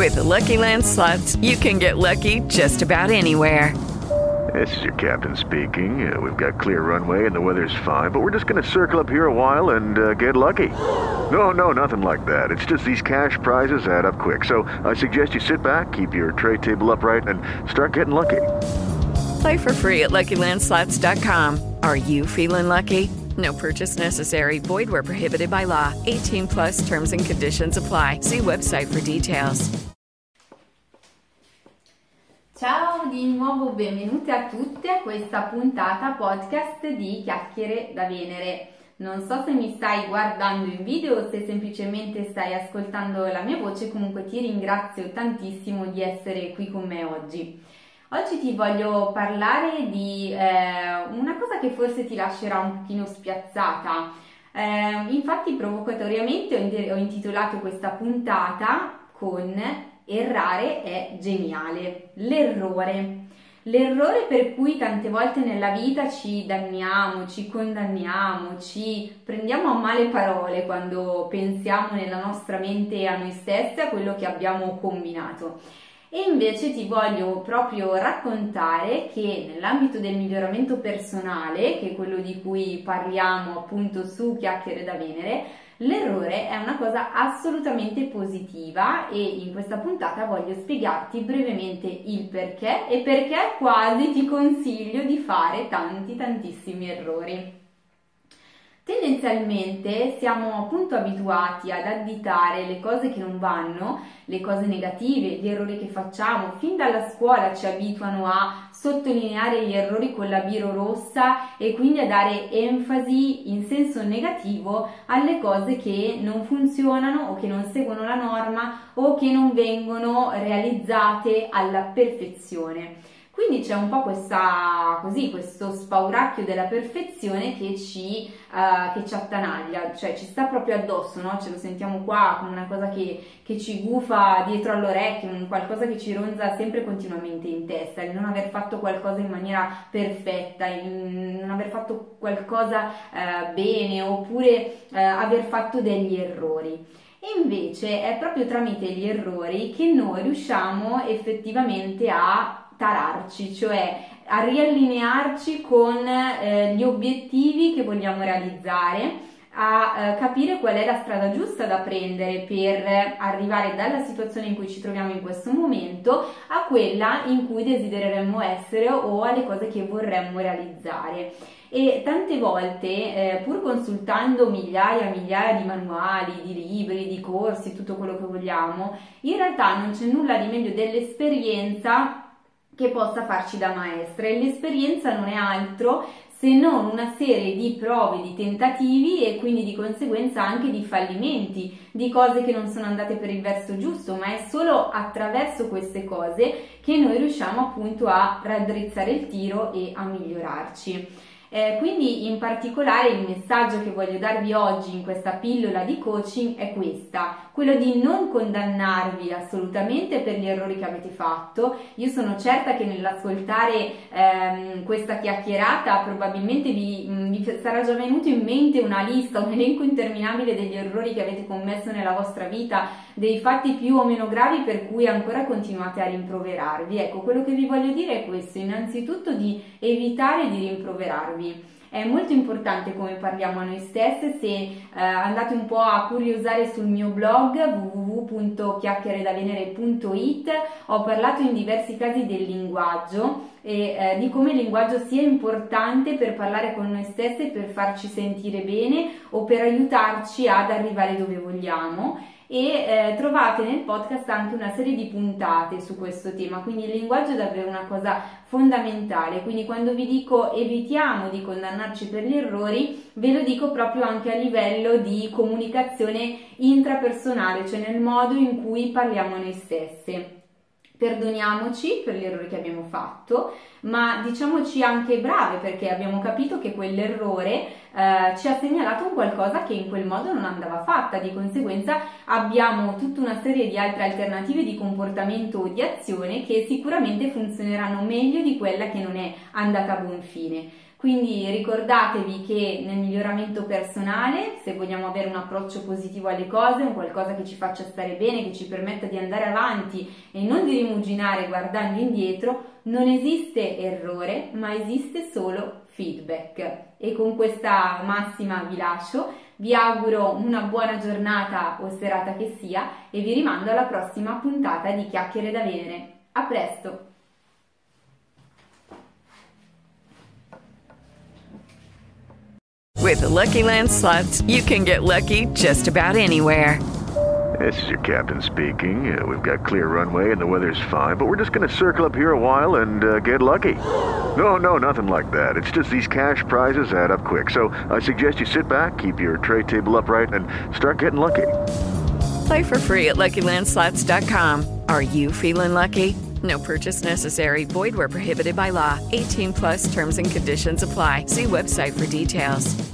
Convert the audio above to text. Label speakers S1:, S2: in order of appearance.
S1: With the Lucky Land Slots, you can get lucky just about anywhere.
S2: This is your captain speaking. We've got clear runway and the weather's fine, but we're just going to circle up here a while and get lucky. No, nothing like that. It's just these cash prizes add up quick. So I suggest you sit back, keep your tray table upright, and start getting lucky.
S1: Play for free at LuckyLandSlots.com. Are you feeling lucky? No purchase necessary. Void where prohibited by law. 18 plus terms and conditions apply. See website for details.
S3: Ciao di nuovo, benvenute a tutte a questa puntata podcast di Chiacchiere da Venere. Non so se mi stai guardando in video o se semplicemente stai ascoltando la mia voce, comunque ti ringrazio tantissimo di essere qui con me oggi. Oggi ti voglio parlare di una cosa che forse ti lascerà un pochino spiazzata. Infatti provocatoriamente ho intitolato questa puntata con Errare è geniale, l'errore per cui tante volte nella vita ci danniamo, ci condanniamo, ci prendiamo a male parole quando pensiamo nella nostra mente a noi stessi, a quello che abbiamo combinato. E invece ti voglio proprio raccontare che nell'ambito del miglioramento personale, che è quello di cui parliamo appunto su Chiacchiere da Venere, l'errore è una cosa assolutamente positiva e in questa puntata voglio spiegarti brevemente il perché e perché quasi ti consiglio di fare tantissimi errori. Tendenzialmente siamo appunto abituati ad additare le cose che non vanno, le cose negative, gli errori che facciamo. Fin dalla scuola ci abituano a sottolineare gli errori con la biro rossa e quindi a dare enfasi in senso negativo alle cose che non funzionano o che non seguono la norma o che non vengono realizzate alla perfezione. Quindi c'è un po' questo spauracchio della perfezione che ci attanaglia, cioè ci sta proprio addosso, no? Ce lo sentiamo qua come una cosa che ci gufa dietro all'orecchio, qualcosa che ci ronza sempre continuamente in testa, il non aver fatto qualcosa in maniera perfetta, il non aver fatto qualcosa bene, oppure aver fatto degli errori. E invece è proprio tramite gli errori che noi riusciamo effettivamente a tararci, cioè a riallinearci con gli obiettivi che vogliamo realizzare, a capire qual è la strada giusta da prendere per arrivare dalla situazione in cui ci troviamo in questo momento a quella in cui desidereremmo essere o alle cose che vorremmo realizzare. E tante volte, pur consultando migliaia di manuali, di libri, di corsi, tutto quello che vogliamo, in realtà non c'è nulla di meglio dell'esperienza che possa farci da maestra, e l'esperienza non è altro se non una serie di prove, di tentativi e quindi di conseguenza anche di fallimenti, di cose che non sono andate per il verso giusto, ma è solo attraverso queste cose che noi riusciamo appunto a raddrizzare il tiro e a migliorarci. Quindi in particolare il messaggio che voglio darvi oggi in questa pillola di coaching è quello di non condannarvi assolutamente per gli errori che avete fatto. Io sono certa che nell'ascoltare questa chiacchierata probabilmente vi sarà già venuto in mente una lista, un elenco interminabile degli errori che avete commesso nella vostra vita, dei fatti più o meno gravi per cui ancora continuate a rimproverarvi. Ecco, quello che vi voglio dire è questo: innanzitutto di evitare di rimproverarvi. È molto importante come parliamo a noi stesse. Se andate un po' a curiosare sul mio blog www.chiacchieredavenere.it, ho parlato in diversi casi del linguaggio e di come il linguaggio sia importante per parlare con noi stesse, per farci sentire bene o per aiutarci ad arrivare dove vogliamo. E trovate nel podcast anche una serie di puntate su questo tema, quindi il linguaggio è davvero una cosa fondamentale. Quindi quando vi dico evitiamo di condannarci per gli errori, ve lo dico proprio anche a livello di comunicazione intrapersonale, cioè nel modo in cui parliamo a noi stesse. Perdoniamoci per gli errori che abbiamo fatto, ma diciamoci anche brave, perché abbiamo capito che quell'errore ci ha segnalato un qualcosa che in quel modo non andava fatta. Di conseguenza abbiamo tutta una serie di altre alternative di comportamento o di azione che sicuramente funzioneranno meglio di quella che non è andata a buon fine. Quindi ricordatevi che nel miglioramento personale, se vogliamo avere un approccio positivo alle cose, un qualcosa che ci faccia stare bene, che ci permetta di andare avanti e non di rimuginare guardando indietro, non esiste errore, ma esiste solo feedback. E con questa massima vi lascio, vi auguro una buona giornata o serata che sia e vi rimando alla prossima puntata di Chiacchiere da Venere. A presto!
S1: With the Lucky Land Slots, you can get lucky just about anywhere.
S2: This is your captain speaking. We've got clear runway and the weather's fine, but we're just going to circle up here a while and get lucky. No, nothing like that. It's just these cash prizes add up quick. So I suggest you sit back, keep your tray table upright, and start getting lucky.
S1: Play for free at LuckyLandSlots.com. Are you feeling lucky? No purchase necessary. Void where prohibited by law. 18+ terms and conditions apply. See website for details.